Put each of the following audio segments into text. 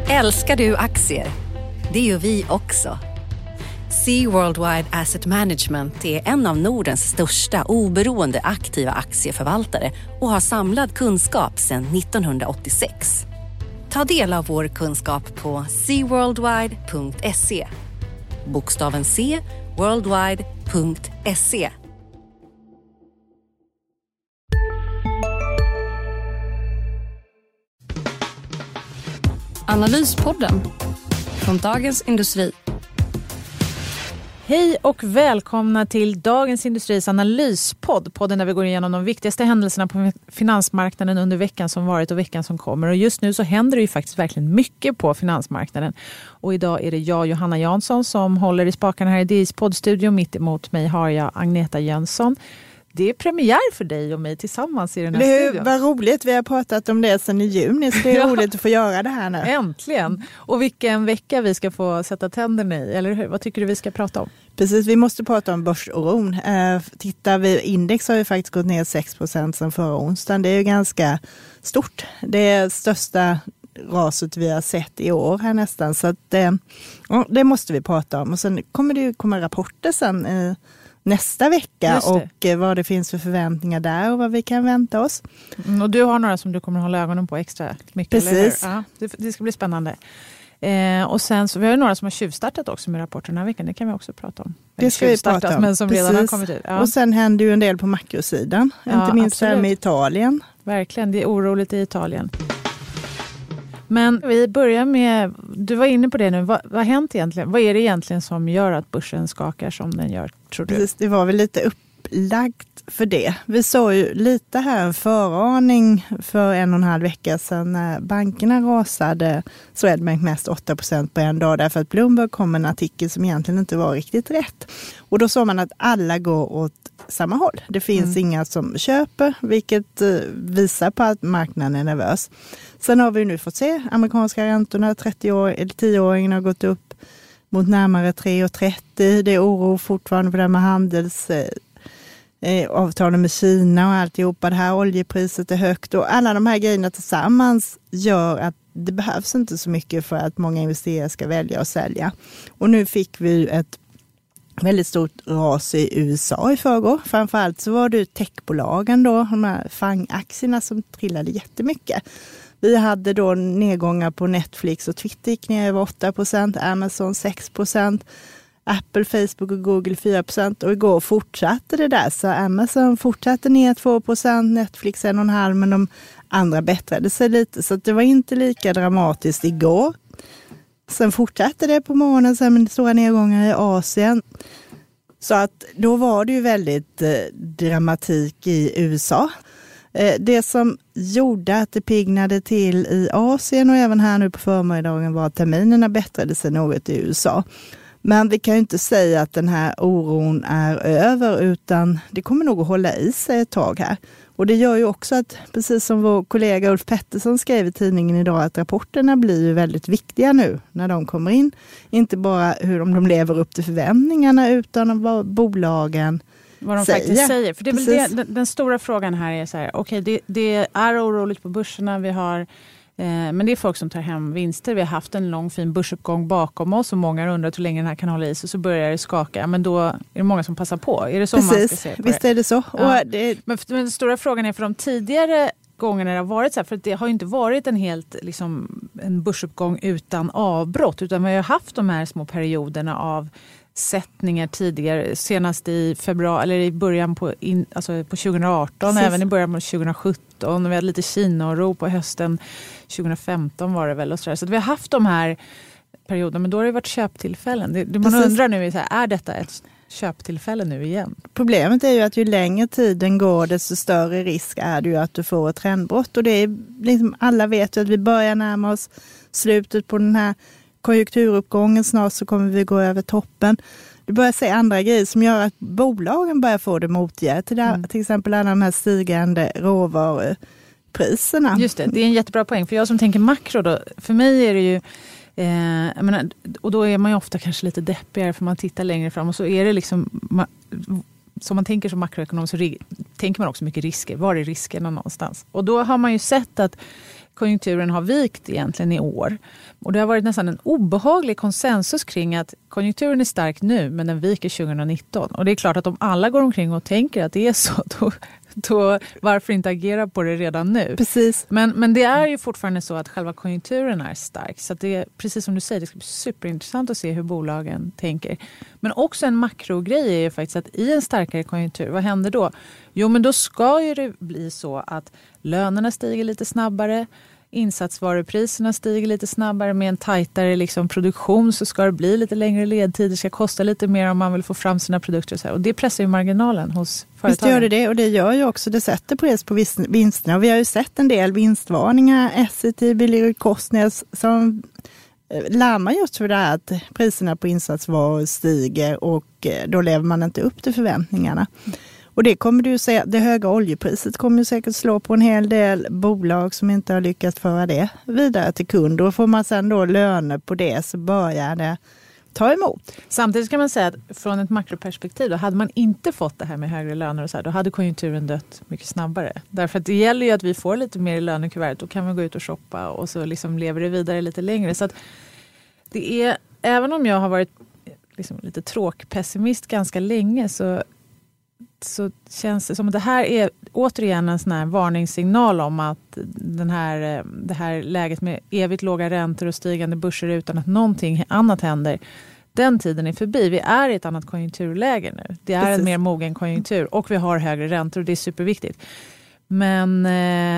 Älskar du aktier? Det gör vi också. Sea Worldwide Asset Management är en av Nordens största oberoende aktiva aktieförvaltare och har samlad kunskap sedan 1986. Ta del av vår kunskap på seaworldwide.se. Bokstaven C, worldwide.se. Analyspodden från Dagens Industri. Hej och välkomna till Dagens Industris analyspodd. Podden där vi går igenom de viktigaste händelserna på finansmarknaden under veckan som varit och veckan som kommer. Och just nu så händer det ju faktiskt verkligen mycket på finansmarknaden. Och idag är det jag, Johanna Jansson, som håller i spakarna här i DIs poddstudio. Mitt emot mig har jag Agneta Jönsson. Det är premiär för dig och mig tillsammans i den här studion. Vad roligt, vi har pratat om det sedan i juni, så det är roligt att få göra det här nu. Äntligen! Och vilken vecka vi ska få sätta tänderna i, eller hur? Vad tycker du vi ska prata om? Precis, vi måste prata om börsoron. Tittar vi, index har ju faktiskt gått ner 6% sedan förra onsdagen. Det är ju ganska stort. Det är största raset vi har sett i år här nästan. Så att, det måste vi prata om. Och sen kommer det ju komma rapporter sen nästa vecka och vad det finns för förväntningar där och vad vi kan vänta oss. Och du har några som du kommer hålla ögonen på extra mycket. Precis. Eller hur? Ja, det ska bli spännande. Och sen så vi har ju några som har tjuvstartat också med rapporter den här veckan. Det kan vi också prata om. Det ska vi prata om. Men som redan har kommit ut. Ja. Och sen händer ju en del på makrosidan. Inte minst här med Italien. Verkligen, det är oroligt i Italien. Men vi börjar med, du var inne på det nu, vad har hänt egentligen? Vad är det egentligen som gör att börsen skakar som den gör, tror du? Precis, det var väl lite upplagt för det. Vi såg ju lite här en föraning för 1,5 vecka sedan när bankerna rasade Swedbank mest 8% på en dag därför att Bloomberg kom med en artikel som egentligen inte var riktigt rätt. Och då såg man att alla går åt samma håll. Det finns inga som köper, vilket visar på att marknaden är nervös. Sen har vi nu fått se amerikanska räntorna, 10-åringen har gått upp mot närmare 3,30. Det är oro fortfarande på det med avtalen med Kina och alltihopa. Det här oljepriset är högt och alla de här grejerna tillsammans gör att det behövs inte så mycket för att många investerare ska välja att sälja. Och nu fick vi ett väldigt stort ras i USA i förrgår. Framförallt så var det techbolagen då, de här FANG-aktierna som trillade jättemycket. Vi hade då nedgångar på Netflix och Twitter gick ner över 8%, Amazon 6%, Apple, Facebook och Google 4% och igår fortsatte det där. Så Amazon fortsatte ner 2%, Netflix 1,5% men de andra bättrade sig lite. Så det var inte lika dramatiskt igår. Sen fortsatte det på morgonen sen med stora nedgångar i Asien. Så att då var det ju väldigt dramatik i USA. Det som gjorde att det pignade till i Asien och även här nu på förmiddagen var att terminerna bättrade sig något i USA. Men vi kan ju inte säga att den här oron är över utan det kommer nog att hålla i sig ett tag här. Och det gör ju också att, precis som vår kollega Ulf Pettersson skrev i tidningen idag, att rapporterna blir ju väldigt viktiga nu när de kommer in. Inte bara hur de lever upp till förväntningarna utan vad bolagen vad de faktiskt säger. För det är väl den stora frågan här är så här, okej, det är oroligt på börserna, vi har men det är folk som tar hem vinster. Vi har haft en lång fin börsuppgång bakom oss och många har undrat hur länge den här kan hålla i sig, så börjar det skaka. Men då är det många som passar på. Är det så man ska se på visst är det så. Ja. Och Men den stora frågan är för de tidigare gångerna det har varit så här, för det har ju inte varit en börsuppgång utan avbrott, utan vi har haft de här små perioderna av sättningar tidigare, senast i februari eller i början på 2018, precis. Även i början på 2017 och vi hade lite Kina-oro på hösten 2015 var det väl och så vi har haft de här perioderna, men då har det varit köptillfällen. Man undrar nu, är detta ett köptillfälle nu igen? Problemet är ju att ju längre tiden går desto större risk är det ju att du får ett trendbrott och det är liksom, alla vet ju att vi börjar närma oss slutet på den här konjunkturuppgången, snart så kommer vi gå över toppen. Du börjar se andra grejer som gör att bolagen börjar få det motigare. Till exempel alla de här stigande råvarupriserna. Just det är en jättebra poäng. För jag som tänker makro då, för mig är det ju jag menar, och då är man ju ofta kanske lite deppigare för man tittar längre fram och så är det liksom som man tänker som makroekonom så tänker man också mycket risker. Var är riskerna någonstans? Och då har man ju sett att konjunkturen har vikt egentligen i år. Och det har varit nästan en obehaglig konsensus kring att konjunkturen är stark nu men den viker 2019. Och det är klart att om alla går omkring och tänker att det är så, då varför inte agera på det redan nu? Precis. Men det är ju fortfarande så att själva konjunkturen är stark. Så att det är, precis som du säger, det ska bli superintressant att se hur bolagen tänker. Men också en makrogrej är ju faktiskt att i en starkare konjunktur, vad händer då? Jo, men då ska ju det bli så att lönerna stiger lite snabbare, insatsvarupriserna stiger lite snabbare, med en tajtare liksom produktion så ska det bli lite längre ledtider, det ska kosta lite mer om man vill få fram sina produkter och så här. Och det pressar ju marginalen hos företagen. Visst gör det, och det gör ju också, det sätter press på vinsterna, och vi har ju sett en del vinstvarningar, Essity, Billerud-Korsnäs, som larmar just för det här att priserna på insatsvaror stiger och då lever man inte upp till förväntningarna. Och det kommer du säga, det höga oljepriset kommer ju säkert slå på en hel del bolag som inte har lyckats föra det vidare till kund. Och får man sedan då löner på det så börjar det ta emot. Samtidigt kan man säga att från ett makroperspektiv då hade man inte fått det här med högre löner och så här, då hade konjunkturen dött mycket snabbare. Därför att det gäller ju att vi får lite mer i lönekuvertet, då kan vi gå ut och shoppa och så liksom lever det vidare lite längre. Så att det är, även om jag har varit liksom lite tråkpessimist ganska länge så känns det som att det här är återigen en sån här varningssignal om att det här läget med evigt låga räntor och stigande börser utan att någonting annat händer, den tiden är förbi. Vi är i ett annat konjunkturläge nu. Det är Precis. En mer mogen konjunktur och vi har högre räntor och det är superviktigt. Men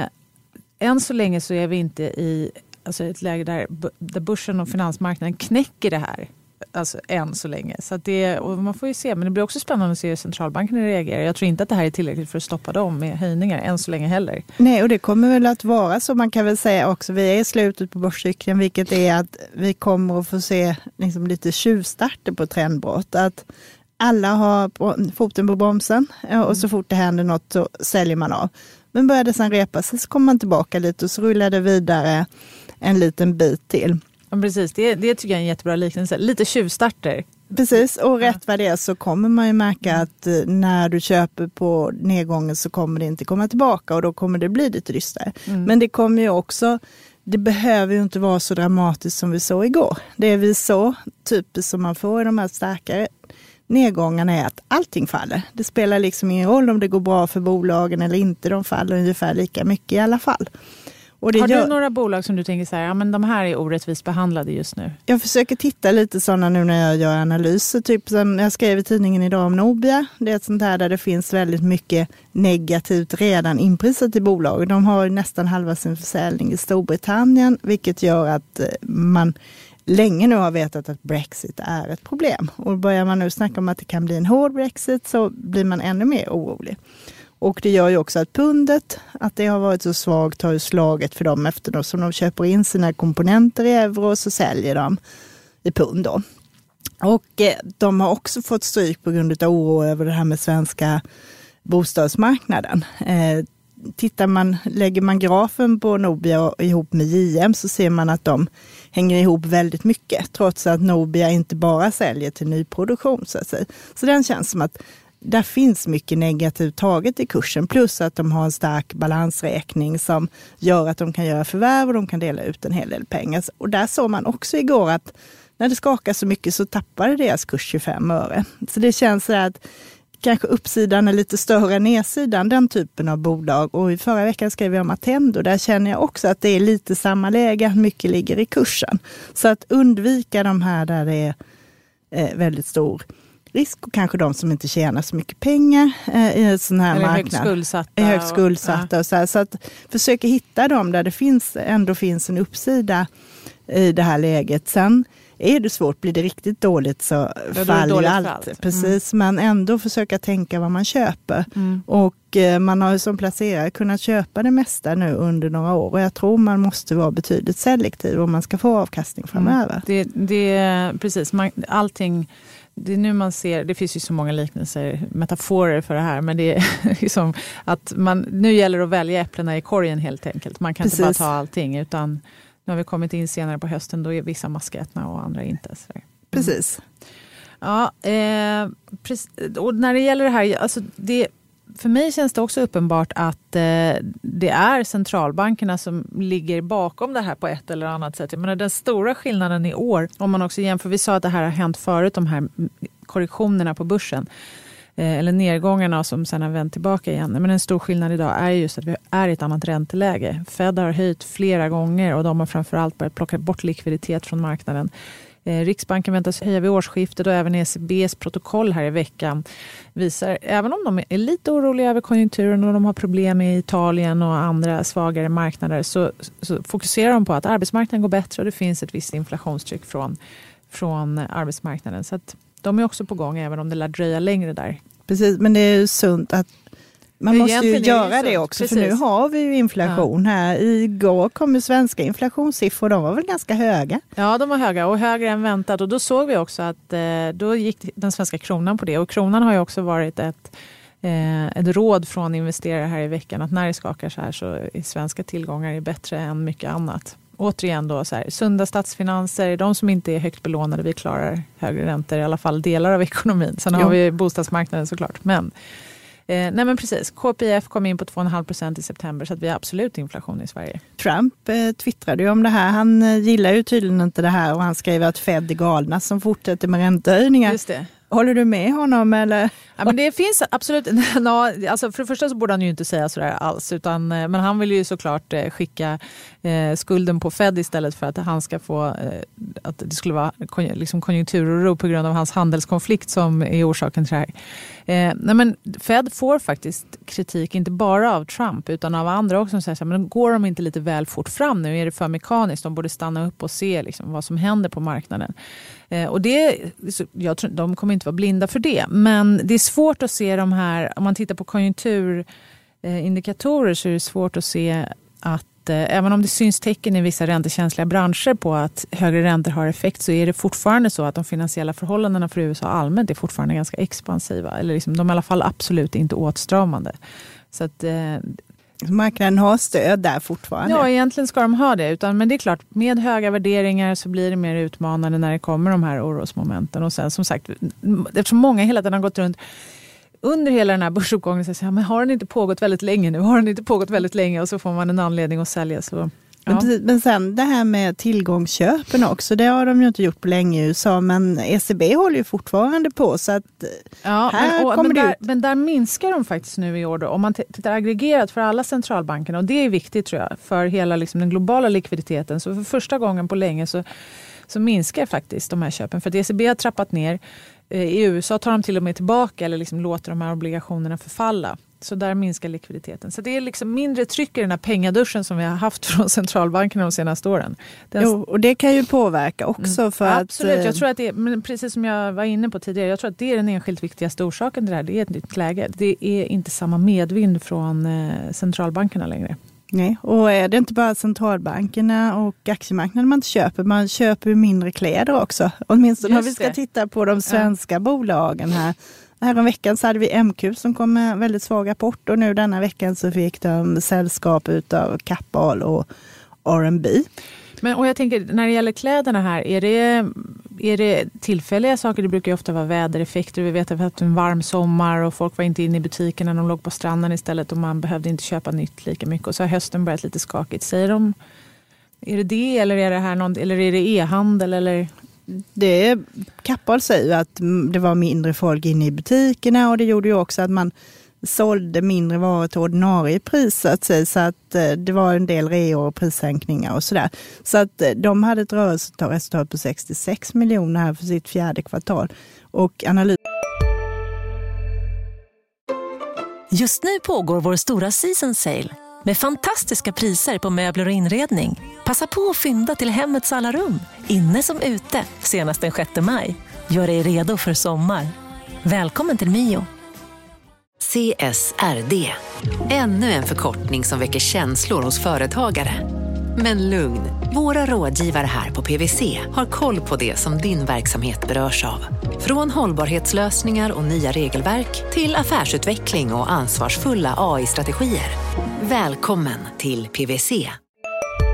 än så länge så är vi inte i ett läge där börsen och finansmarknaden knäcker det här. Alltså än så länge. Så att och man får ju se, men det blir också spännande att se hur centralbanken reagerar. Jag tror inte att det här är tillräckligt för att stoppa dem med höjningar än så länge heller. Nej, och det kommer väl att vara så. Man kan väl säga också, vi är i slutet på börscykeln, vilket är att vi kommer att få se liksom lite tjuvstarter på trendbrott. Att alla har foten på bromsen och så fort det händer något så säljer man av. Men börjar det sedan repa sig så kommer man tillbaka lite och så rullar det vidare en liten bit till. Ja, precis, det tycker jag är en jättebra liknelse. Lite tjuvstarter. Precis, och rätt vad det är så kommer man ju märka att när du köper på nedgången så kommer det inte komma tillbaka och då kommer det bli lite dystrare. Men det kommer ju också, det behöver ju inte vara så dramatiskt som vi såg igår. Det vi såg, typiskt som man får i de här starkare nedgångarna, är att allting faller. Det spelar liksom ingen roll om det går bra för bolagen eller inte, de faller ungefär lika mycket i alla fall. Har du några bolag som du tänker så här, ja men de här är orättvist behandlade just nu? Jag försöker titta lite sådana nu när jag gör analyser. Typ som jag skrev i tidningen idag om Nobia. Det är ett sånt här där det finns väldigt mycket negativt redan inprisat i bolag. De har nästan halva sin försäljning i Storbritannien, vilket gör att man länge nu har vetat att Brexit är ett problem. Och börjar man nu snacka om att det kan bli en hård Brexit så blir man ännu mer orolig. Och det gör ju också att pundet, att det har varit så svagt, har ju slaget för dem efter då, som de köper in sina komponenter i euro och så säljer de i pund då. Och de har också fått stryk på grund av oro över det här med svenska bostadsmarknaden. Lägger man grafen på Nobia ihop med JM så ser man att de hänger ihop väldigt mycket, trots att Nobia inte bara säljer till nyproduktion så att säga. Så den känns som att där finns mycket negativt taget i kursen, plus att de har en stark balansräkning som gör att de kan göra förvärv och de kan dela ut en hel del pengar. Och där såg man också igår att när det skakar så mycket så tappade deras kurs 25 öre. Så det känns så att kanske uppsidan är lite större än nedsidan, den typen av bolag. Och i förra veckan skrev jag om Attendo, där känner jag också att det är lite samma läge, mycket ligger i kursen. Så att undvika de här där det är väldigt stor risk och kanske de som inte tjänar så mycket pengar i en sån här marknad. Är högt skuldsatta. Och så här. Så att försöka hitta dem där det ändå finns en uppsida i det här läget. Sen är det svårt, blir det riktigt dåligt så faller allt. Precis, men ändå försöka tänka vad man köper. Och man har ju som placerare kunnat köpa det mesta nu under några år. Och jag tror man måste vara betydligt selektiv om man ska få avkastning framöver. Precis, allting. Det är nu man ser, det finns ju så många liknelser, metaforer för det här, men det är liksom att nu gäller det att välja äpplena i korgen helt enkelt. Man kan inte bara ta allting, utan nu har vi kommit in senare på hösten, då är vissa maskätna och andra inte. Precis. Ja, och när det gäller det här, alltså för mig känns det också uppenbart att det är centralbankerna som ligger bakom det här på ett eller annat sätt. Jag menar, den stora skillnaden i år, om man också jämför, vi sa att det här har hänt förut, de här korrektionerna på börsen, eller nedgångarna som sen har vänt tillbaka igen. Men en stor skillnad idag är just att vi är i ett annat ränteläge. Fed har höjt flera gånger och de har framförallt börjat plocka bort likviditet från marknaden. Riksbanken väntas höja vid årsskiftet och även ECBs protokoll här i veckan visar, även om de är lite oroliga över konjunkturen och de har problem i Italien och andra svagare marknader, så fokuserar de på att arbetsmarknaden går bättre och det finns ett visst inflationstryck från arbetsmarknaden. Så att de är också på gång, även om det lär dröja längre där. Precis, men det är ju sunt att man måste ju göra det också. Precis. För nu har vi ju inflation här. Igår kom ju svenska inflationssiffror, de var väl ganska höga? Ja, de var höga och högre än väntat. Och då såg vi också att då gick den svenska kronan på det. Och kronan har ju också varit ett råd från investerare här i veckan att när det skakar så här så är svenska tillgångar bättre än mycket annat. Återigen då så här, sunda statsfinanser, de som inte är högt belånade, vi klarar högre räntor, i alla fall delar av ekonomin. Sen har vi bostadsmarknaden såklart. Men nej men precis, KPIF kom in på 2,5% i september, så att vi har absolut inflation i Sverige. Trump twittrade ju om det här. Han gillar ju tydligen inte det här och han skrev att Fed är galna som fortsätter med räntehöjningar. Just det. Håller du med honom eller? Ja, men det finns absolut, alltså för det första så borde han ju inte säga sådär alls, men han vill ju såklart skicka skulden på Fed istället för att han ska få, att det skulle vara liksom konjunkturoro på grund av hans handelskonflikt som är orsaken till det här. Nej, men Fed får faktiskt kritik inte bara av Trump utan av andra också som säger så här, men går de inte lite väl fort fram nu? Är det för mekaniskt? De borde stanna upp och se liksom vad som händer på marknaden. Och jag tror, de kommer inte vara blinda för det, men det är svårt att se de här, om man tittar på konjunkturindikatorer så är det svårt att se att även om det syns tecken i vissa räntekänsliga branscher på att högre räntor har effekt, så är det fortfarande så att de finansiella förhållandena för USA allmänt är fortfarande ganska expansiva, eller liksom, de är i alla fall absolut inte åtstramande. Så att marknaden har stöd där fortfarande. Ja, egentligen ska de ha det. Men det är klart, med höga värderingar så blir det mer utmanande när det kommer de här orosmomenten. Och sen som sagt, eftersom många hela tiden har gått runt under hela den här börsuppgången så säger men har den inte pågått väldigt länge nu? Har den inte pågått väldigt länge? Och så får man en anledning att sälja. Så, ja. Men sen det här med tillgångsköpen också, det har de ju inte gjort på länge i USA, men ECB håller ju fortfarande på, så att men där minskar de faktiskt nu i år då, om man tittar aggregerat för alla centralbankerna, och det är viktigt tror jag för hela liksom, den globala likviditeten, så för första gången på länge så minskar faktiskt de här köpen, för att ECB har trappat ner. I USA tar de till och med tillbaka eller liksom låter de här obligationerna förfalla. Så där minskar likviditeten. Så det är liksom mindre tryck i den här pengaduschen som vi har haft från centralbankerna de senaste åren. Och det kan ju påverka också. För absolut, jag tror att det är, men precis som jag var inne på tidigare, jag tror att det är den enskilt viktigaste orsaken till det här. Det är ett nytt läge. Det är inte samma medvind från centralbankerna längre. Nej, och är det inte bara centralbankerna och aktiemarknaden man inte köper, man köper mindre kläder också. Åtminstone om vi ska titta på de svenska bolagen här. Här om veckan så hade vi MQ som kom med en väldigt svag rapport, och nu denna veckan så fick de sällskap utav Kappahl och R&B. Och jag tänker, när det gäller kläderna här, är det tillfälliga saker? Det brukar ju ofta vara vädereffekter. Vi vet att vi har haft en varm sommar och folk var inte inne i butiken när de låg på stranden istället, och man behövde inte köpa nytt lika mycket. Och så har hösten börjat lite skakigt. Säger de, är det eller är det här eller är det e-handel eller? Kappahl säger att det var mindre folk inne i butikerna, och det gjorde ju också att man sålde mindre varor till ordinarie priser, så att det var en del reor och prissänkningar och sådär. Så att de hade ett rörelseresultat på 66 miljoner här för sitt fjärde kvartal. Och Just nu pågår vår stora season sale med fantastiska priser på möbler och inredning. Passa på att fynda till hemmets alla rum, inne som ute, senast den 6 maj. Gör dig redo för sommar. Välkommen till Mio. CSRD. Ännu en förkortning som väcker känslor hos företagare. Men lugn, våra rådgivare här på PwC har koll på det som din verksamhet berörs av. Från hållbarhetslösningar och nya regelverk till affärsutveckling och ansvarsfulla AI-strategier. Välkommen till PwC.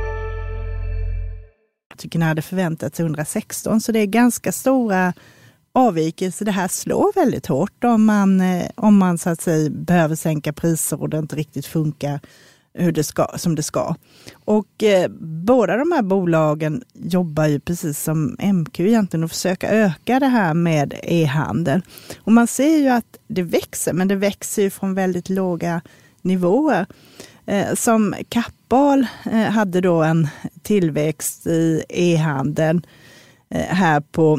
Jag tycker ni hade förväntat sig 116, så det är ganska stora avvikelse. Det här slår väldigt hårt om man så att säga behöver sänka priser och det inte riktigt funkar som det ska. Och båda de här bolagen jobbar ju precis som MQ egentligen och försöka öka det här med e-handel. Och man ser ju att det växer, men det växer ju från väldigt låga nivåer. Som Kappahl hade då en tillväxt i e-handeln här på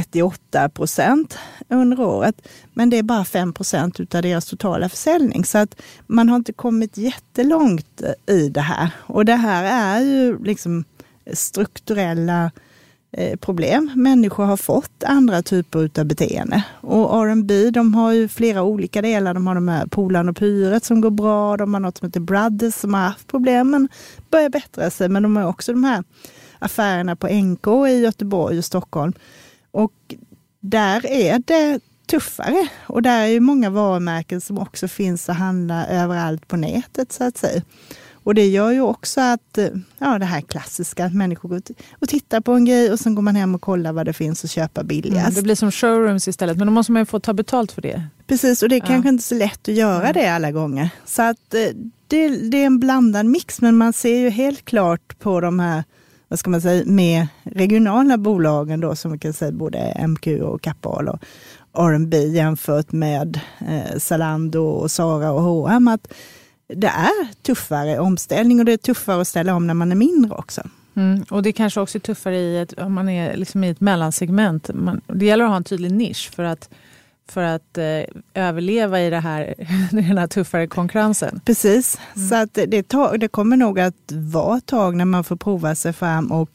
38% under året. Men det är bara 5% av deras totala försäljning. Så att man har inte kommit jättelångt i det här. Och det här är ju liksom strukturella problem. Människor har fått andra typer av beteende. Och R&B, de har ju flera olika delar. De har de här Polarn och Pyret som går bra. De har något som heter Brothers som har haft problem men börjar bättra sig. Men de har också de här affärerna på NK i Göteborg och Stockholm. Och där är det tuffare. Och där är ju många varumärken som också finns att handla överallt på nätet så att säga. Och det gör ju också att det här klassiska att människor går och tittar på en grej och sen går man hem och kollar vad det finns och köpa billigast. Det blir som showrooms istället, men då måste man ju få ta betalt för det. Precis, och det är kanske inte så lätt att göra det alla gånger. Så att det är en blandad mix, men man ser ju helt klart på de här, vad ska man säga, med regionala bolagen då, som man kan säga både MQ och Kappahl och R&B jämfört med Zalando och Zara och H&M, att det är tuffare omställning och det är tuffare att ställa om när man är mindre också. Och det kanske också är tuffare om man är liksom i ett mellansegment. Det gäller att ha en tydlig nisch för att överleva i den här tuffare konkurrensen. Precis, så att det kommer nog att vara ett tag när man får prova sig fram och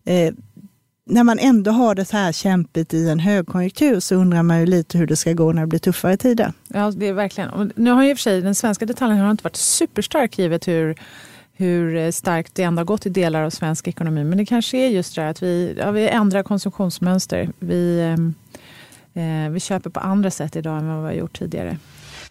när man ändå har det så här kämpigt i en högkonjunktur så undrar man ju lite hur det ska gå när det blir tuffare tider. Ja, det är verkligen. Och nu har ju i och för sig den svenska detaljen har inte varit superstark givet hur starkt det ändå har gått i delar av svensk ekonomi. Men det kanske är just det att vi ändrar konsumtionsmönster. Vi köper på andra sätt idag än vad vi har gjort tidigare.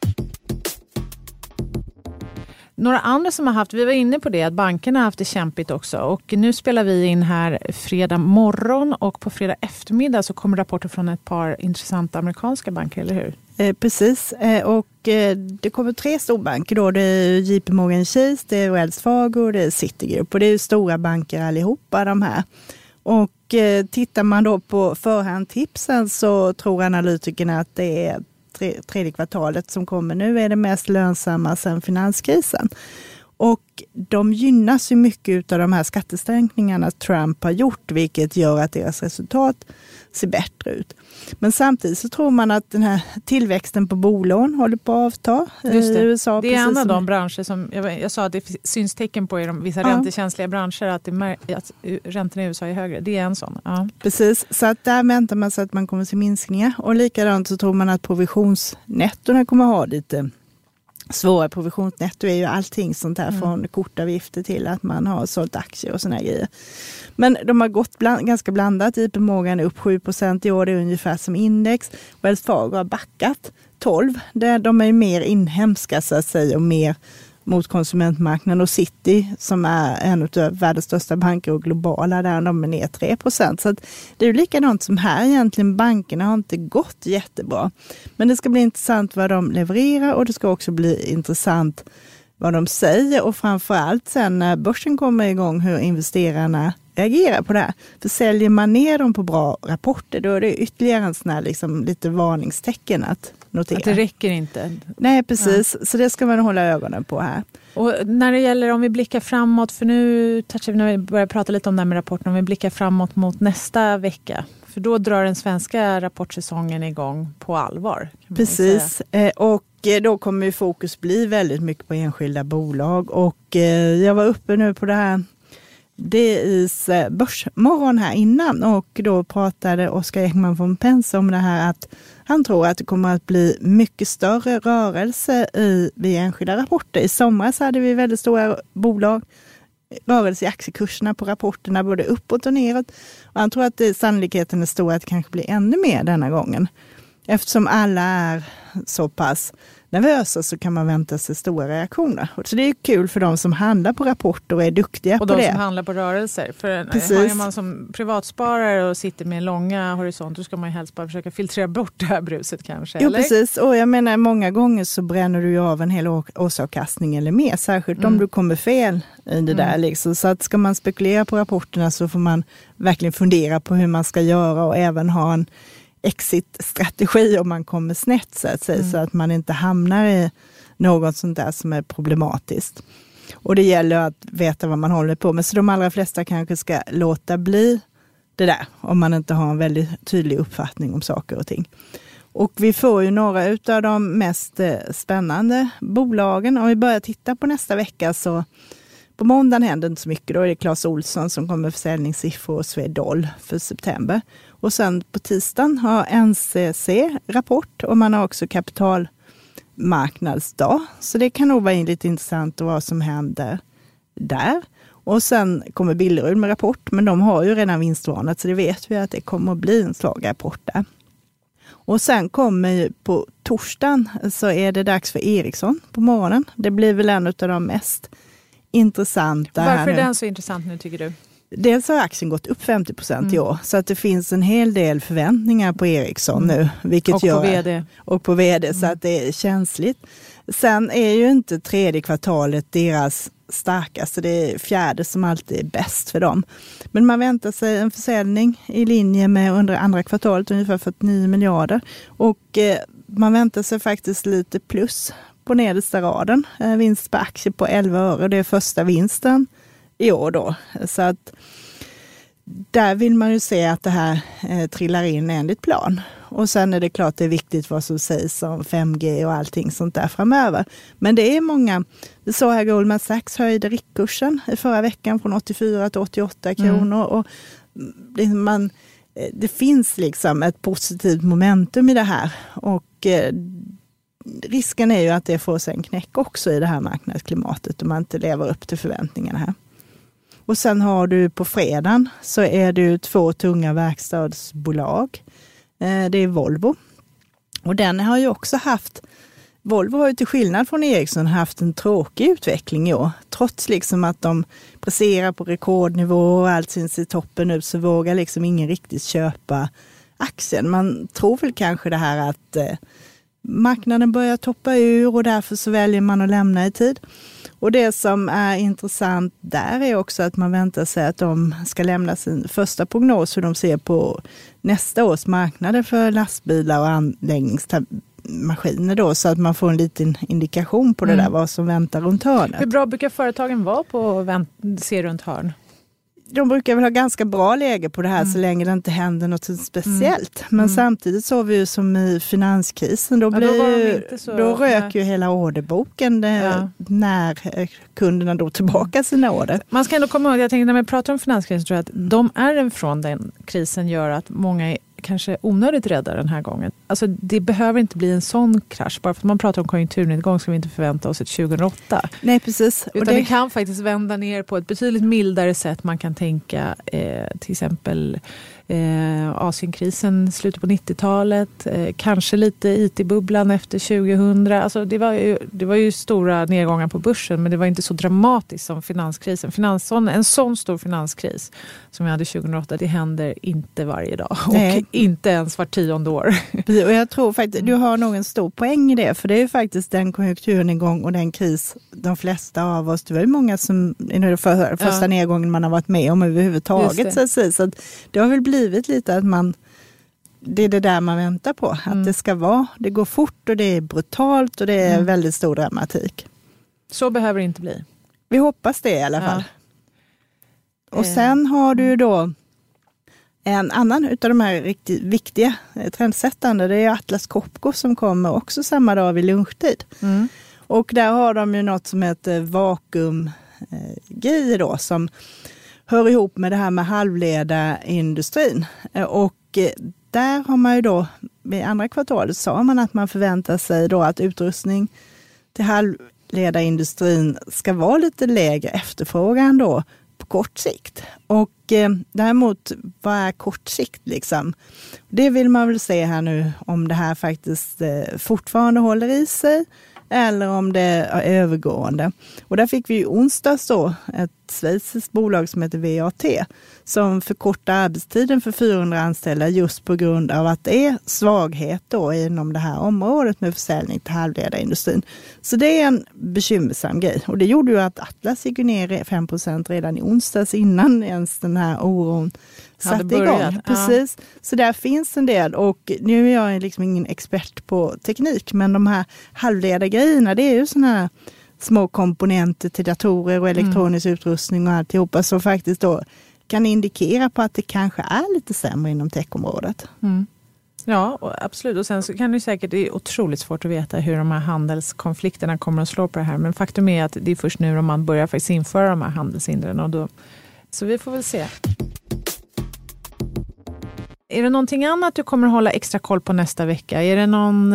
Några andra som har haft, vi var inne på det, att bankerna har haft det kämpigt också. Och nu spelar vi in här fredag morgon och på fredag eftermiddag så kommer rapporter från ett par intressanta amerikanska banker, eller hur? Precis, och det kommer 3 storbanker då. Det är JP Morgan Chase, det är Wells Fargo och det är Citigroup. Och det är ju stora banker allihopa de här. Och tittar man då på förhandtipsen så tror analytikerna att det är tredje kvartalet som kommer nu är det mest lönsamma sedan finanskrisen. Och de gynnas ju mycket av de här skattesänkningarna Trump har gjort, vilket gör att deras resultat ser bättre ut. Men samtidigt så tror man att den här tillväxten på bolån håller på att avta i USA. Det är en av de branscher som jag sa att det syns tecken på i vissa räntekänsliga branscher att räntorna i USA är högre. Det är en sån. Ja. Precis, så att där väntar man sig att man kommer till minskningar. Och likadant så tror man att provisionsnettorna kommer ha lite svåra. Provisionsnetto är ju allting sånt här från kortavgifter till att man har sålt aktier och såna grejer. Men de har gått ganska blandat. JP Morgan är upp 7% i år, det är ungefär som index. Wells Fargo har backat 12%. De är ju mer inhemska så att säga och mer mot konsumentmarknaden. Och Citi som är en av världens största banker och globala där de är ner 3%. Så att det är ju likadant som här egentligen. Bankerna har inte gått jättebra. Men det ska bli intressant vad de levererar och det ska också bli intressant vad de säger. Och framförallt sen när börsen kommer igång hur investerarna reagerar på det här. För säljer man ner dem på bra rapporter då är det ytterligare en sån här liksom lite varningstecken att notera. Att det räcker inte. Nej, precis. Ja. Så det ska man hålla ögonen på här. Och när det gäller om vi blickar framåt, för nu touchar vi när vi börjar prata lite om det här med rapporten, om vi blickar framåt mot nästa vecka. För då drar den svenska rapportsäsongen igång på allvar. Precis, och då kommer ju fokus bli väldigt mycket på enskilda bolag. Och jag var uppe nu på det här DIs börsmorgon här innan och då pratade Oskar Ekman von Penser om det här att han tror att det kommer att bli mycket större rörelse vid enskilda rapporter. I somras hade vi väldigt stora bolag, rörelse i aktiekurserna på rapporterna både uppåt och neråt. Och han tror att sannolikheten är stor att det kanske blir ännu mer denna gången. eftersom alla är så pass nervösa så kan man vänta sig stora reaktioner. Så det är kul för de som handlar på rapporter och är duktiga på det. Och de som handlar på rörelser. För har man som privatsparare och sitter med långa horisonter, då ska man ju helst bara försöka filtrera bort det här bruset kanske. Jo, eller? Precis. Och jag menar, många gånger så bränner du ju av en hel årsavkastning eller mer. Särskilt om du kommer fel i det där. Liksom. Så att ska man spekulera på rapporterna så får man verkligen fundera på hur man ska göra och även ha en exit-strategi om man kommer snett så att säga, så att man inte hamnar i något sånt där som är problematiskt. Och det gäller att veta vad man håller på med. Så de allra flesta kanske ska låta bli det där om man inte har en väldigt tydlig uppfattning om saker och ting. Och vi får ju några utav de mest spännande bolagen. Om vi börjar titta på nästa vecka så på måndagen händer inte så mycket. Då är det Clas Ohlson som kommer med försäljningssiffror och Swedol för september. Och sen på tisdagen har NCC rapport och man har också kapitalmarknadsdag. Så det kan nog vara lite intressant vad som händer där. Och sen kommer Billerud med rapport, men de har ju redan vinstvarnat så det vet vi att det kommer att bli en svag rapport där. Och sen kommer ju på torsdagen så är det dags för Ericsson på morgonen. Det blir väl en av de mest intressanta. Varför är den så intressant nu tycker du? Dels har aktien gått upp 50% i år. Så att det finns en hel del förväntningar på Ericsson nu. Vilket och på vd. Och på vd så att det är känsligt. Sen är ju inte tredje kvartalet deras starkaste. Det är fjärde som alltid är bäst för dem. Men man väntar sig en försäljning i linje med under andra kvartalet ungefär 49 miljarder. Och man väntar sig faktiskt lite plus på nedersta raden. Vinst på aktie på 11 öre. Det är första vinsten i år då. Så att där vill man ju se att det här trillar in enligt plan. Och sen är det klart det är viktigt vad som sägs om 5G och allting sånt där framöver. Men det är många, vi såg här Goldman Sachs höjde riktkursen i förra veckan från 84 till 88 kronor. Och det finns liksom ett positivt momentum i det här. Och risken är ju att det får sig en knäck också i det här marknadsklimatet om man inte lever upp till förväntningarna här. Och sen har du på fredagen så är det 2 tunga verkstadsbolag. Det är Volvo. Och den har ju också Volvo har ju till skillnad från Ericsson haft en tråkig utveckling i år. Trots liksom att de presserar på rekordnivå och allt syns i toppen nu så vågar liksom ingen riktigt köpa aktien. Man tror väl kanske det här att marknaden börjar toppa ur och därför så väljer man att lämna i tid. Och det som är intressant där är också att man väntar sig att de ska lämna sin första prognos hur de ser på nästa års marknader för lastbilar och anläggningsmaskiner då, så att man får en liten indikation på det där vad som väntar runt hörnet. Hur bra brukar företagen vara på att se runt hörn? De brukar väl ha ganska bra läge på det här så länge det inte händer något speciellt. Men samtidigt så vi ju som i finanskrisen, då rök ju hela orderboken när kunderna då tillbaka sina order. Man ska ändå komma ihåg, jag tänker när man pratar om finanskrisen tror jag att de är från den krisen gör att många är kanske onödigt rädda den här gången. Alltså det behöver inte bli en sån krasch. Bara för att man pratar om konjunkturnedgång ska vi inte förvänta oss ett 2008. Nej, precis. Utan det kan faktiskt vända ner på ett betydligt mildare sätt. Man kan tänka till exempel Asienkrisen slutet på 90-talet. Kanske lite IT-bubblan efter 2000. Alltså det var ju stora nedgångar på börsen men det var inte så dramatiskt som finanskrisen. En sån stor finanskris som vi hade 2008, det händer inte varje dag. Nej. Och inte ens var 10:e år. Och jag tror faktiskt, du har nog en stor poäng i det. För det är ju faktiskt den konjunkturnedgång och den kris de flesta av oss, det var ju många som i den första nedgången man har varit med om överhuvudtaget. Så att det har väl blivit lite att det är det där man väntar på. Att det går fort och det är brutalt och det är väldigt stor dramatik. Så behöver det inte bli. Vi hoppas det i alla fall. Och sen har du då en annan utav de här riktigt viktiga trendsättande, det är Atlas Copco som kommer också samma dag vid lunchtid. Och där har de ju något som heter vakuum-GI då som hör ihop med det här med halvledarindustrin. Och där har man ju då, vid andra kvartalet sa man att man förväntar sig då att utrustning till halvledarindustrin ska vara lite lägre efterfrågan då på kort sikt. Och däremot, vad är kort sikt liksom? Det vill man väl se här nu, om det här faktiskt fortfarande håller i sig eller om det är övergående. Och där fick vi ju onsdags då ett schweiziskt bolag som heter VAT som förkortar arbetstiden för 400 anställda just på grund av att det är svaghet då inom det här området med försäljning till halvledarindustrin. Så det är en bekymmersam grej. Och det gjorde ju att Atlas gick ner 5% redan i onsdags innan ens den här oron satte igång. Precis. Så där finns en del, och nu är jag liksom ingen expert på teknik, men de här halvledargrejerna, det är ju såna här små komponenter till datorer och elektronisk utrustning och alltihopa som faktiskt då kan indikera på att det kanske är lite sämre inom techområdet. Ja, absolut. Och sen så kan det säkert, det är otroligt svårt att veta hur de här handelskonflikterna kommer att slå på det här. Men faktum är att det är först nu om man börjar faktiskt införa de här handelshindren. Och då, så vi får väl se. Är det någonting annat du kommer att hålla extra koll på nästa vecka? Är det någon,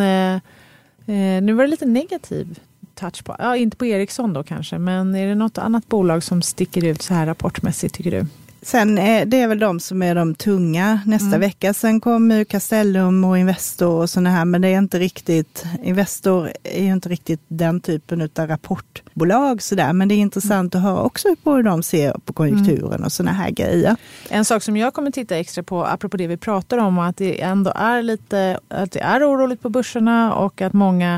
nu var det lite negativ touch på, ja, inte på Ericsson då kanske, men är det något annat bolag som sticker ut så här rapportmässigt tycker du? Sen det är väl de som är de tunga nästa vecka. Sen kommer ju Castellum och Investor och sådana här, men det är inte riktigt, Investor är ju inte riktigt den typen av rapportbolag sådär, men det är intressant att höra också på hur de ser på konjunkturen och sådana här grejer. En sak som jag kommer titta extra på, apropå det vi pratar om, att det ändå är lite, att det är oroligt på börserna och att många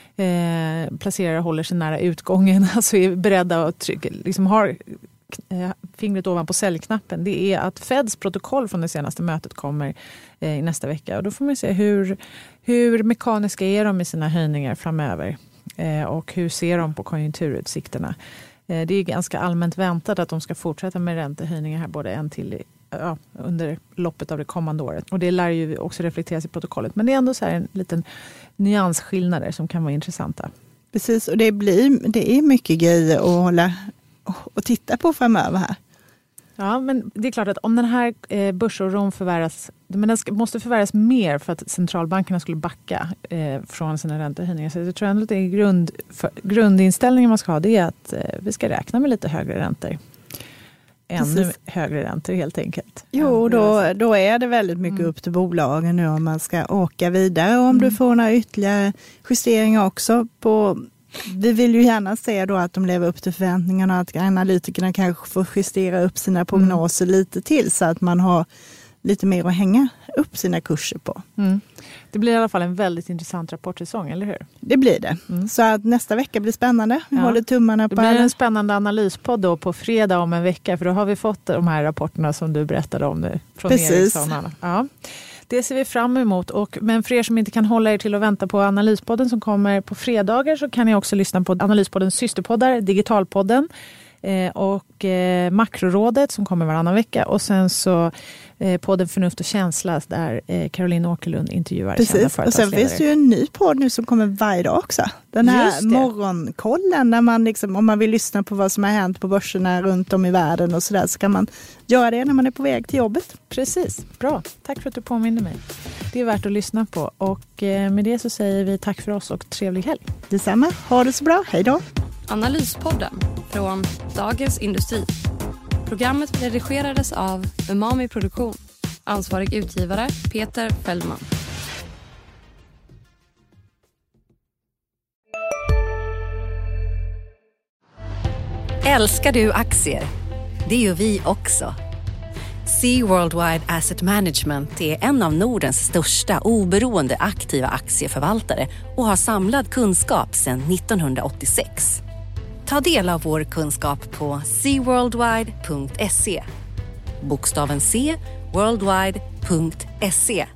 placerare håller sig nära utgången, alltså är beredda att trycka, liksom har fingret ovanpå säljknappen, det är att Feds protokoll från det senaste mötet kommer i nästa vecka. Och då får man se hur mekaniska är de i sina höjningar framöver och hur ser de på konjunkturutsikterna. Det är ganska allmänt väntat att de ska fortsätta med räntehöjningar här både en till under loppet av det kommande året. Och det lär ju också reflekteras i protokollet. Men det är ändå så här en liten nyansskillnader som kan vara intressanta. Precis, och det är mycket grejer att hålla och titta på framöver här. Ja, men det är klart att om den här börsoron förvärras, men den måste förvärras mer för att centralbankerna skulle backa från sina räntehöjningar. Så jag tror ändå att det är grundinställningen man ska ha, det är att vi ska räkna med lite högre räntor. Ännu högre räntor helt enkelt. Jo, då är det väldigt mycket upp till bolagen nu om man ska åka vidare. Och om du får några ytterligare justeringar också på. Vi vill ju gärna se då att de lever upp till förväntningarna, att analytikerna kanske får justera upp sina prognoser lite till så att man har lite mer att hänga upp sina kurser på. Det blir i alla fall en väldigt intressant rapportsäsong, eller hur? Det blir det. Så att nästa vecka blir spännande. Vi håller tummarna på. Det blir en spännande analyspodd då på fredag om en vecka, för då har vi fått de här rapporterna som du berättade om nu från Ericsson. Ja. Det ser vi fram emot. Men för er som inte kan hålla er till att vänta på Analyspodden som kommer på fredagar, så kan ni också lyssna på Analyspoddens systerpoddar, Digitalpodden och Makrorådet som kommer varannan vecka. Och sen så podden Förnuft och känsla där Caroline Åkerlund intervjuar kända företagsledare. Och sen finns det ju en ny podd nu som kommer varje dag också. Den här morgonkollen där man liksom, om man vill lyssna på vad som har hänt på börserna runt om i världen och sådär, så kan man göra det när man är på väg till jobbet. Precis, bra. Tack för att du påminner mig. Det är värt att lyssna på. Och med det så säger vi tack för oss och trevlig helg. Detsamma. Ha det så bra. Hej då. Analyspodden från Dagens Industri. Programmet redigerades av Umami Produktion. Ansvarig utgivare Peter Fällman. Älskar du aktier? Det gör vi också. Sea Worldwide Asset Management är en av Nordens största oberoende aktiva aktieförvaltare och har samlad kunskap sedan 1986. Ta del av vår kunskap på seaworldwide.se. Bokstaven C, worldwide.se.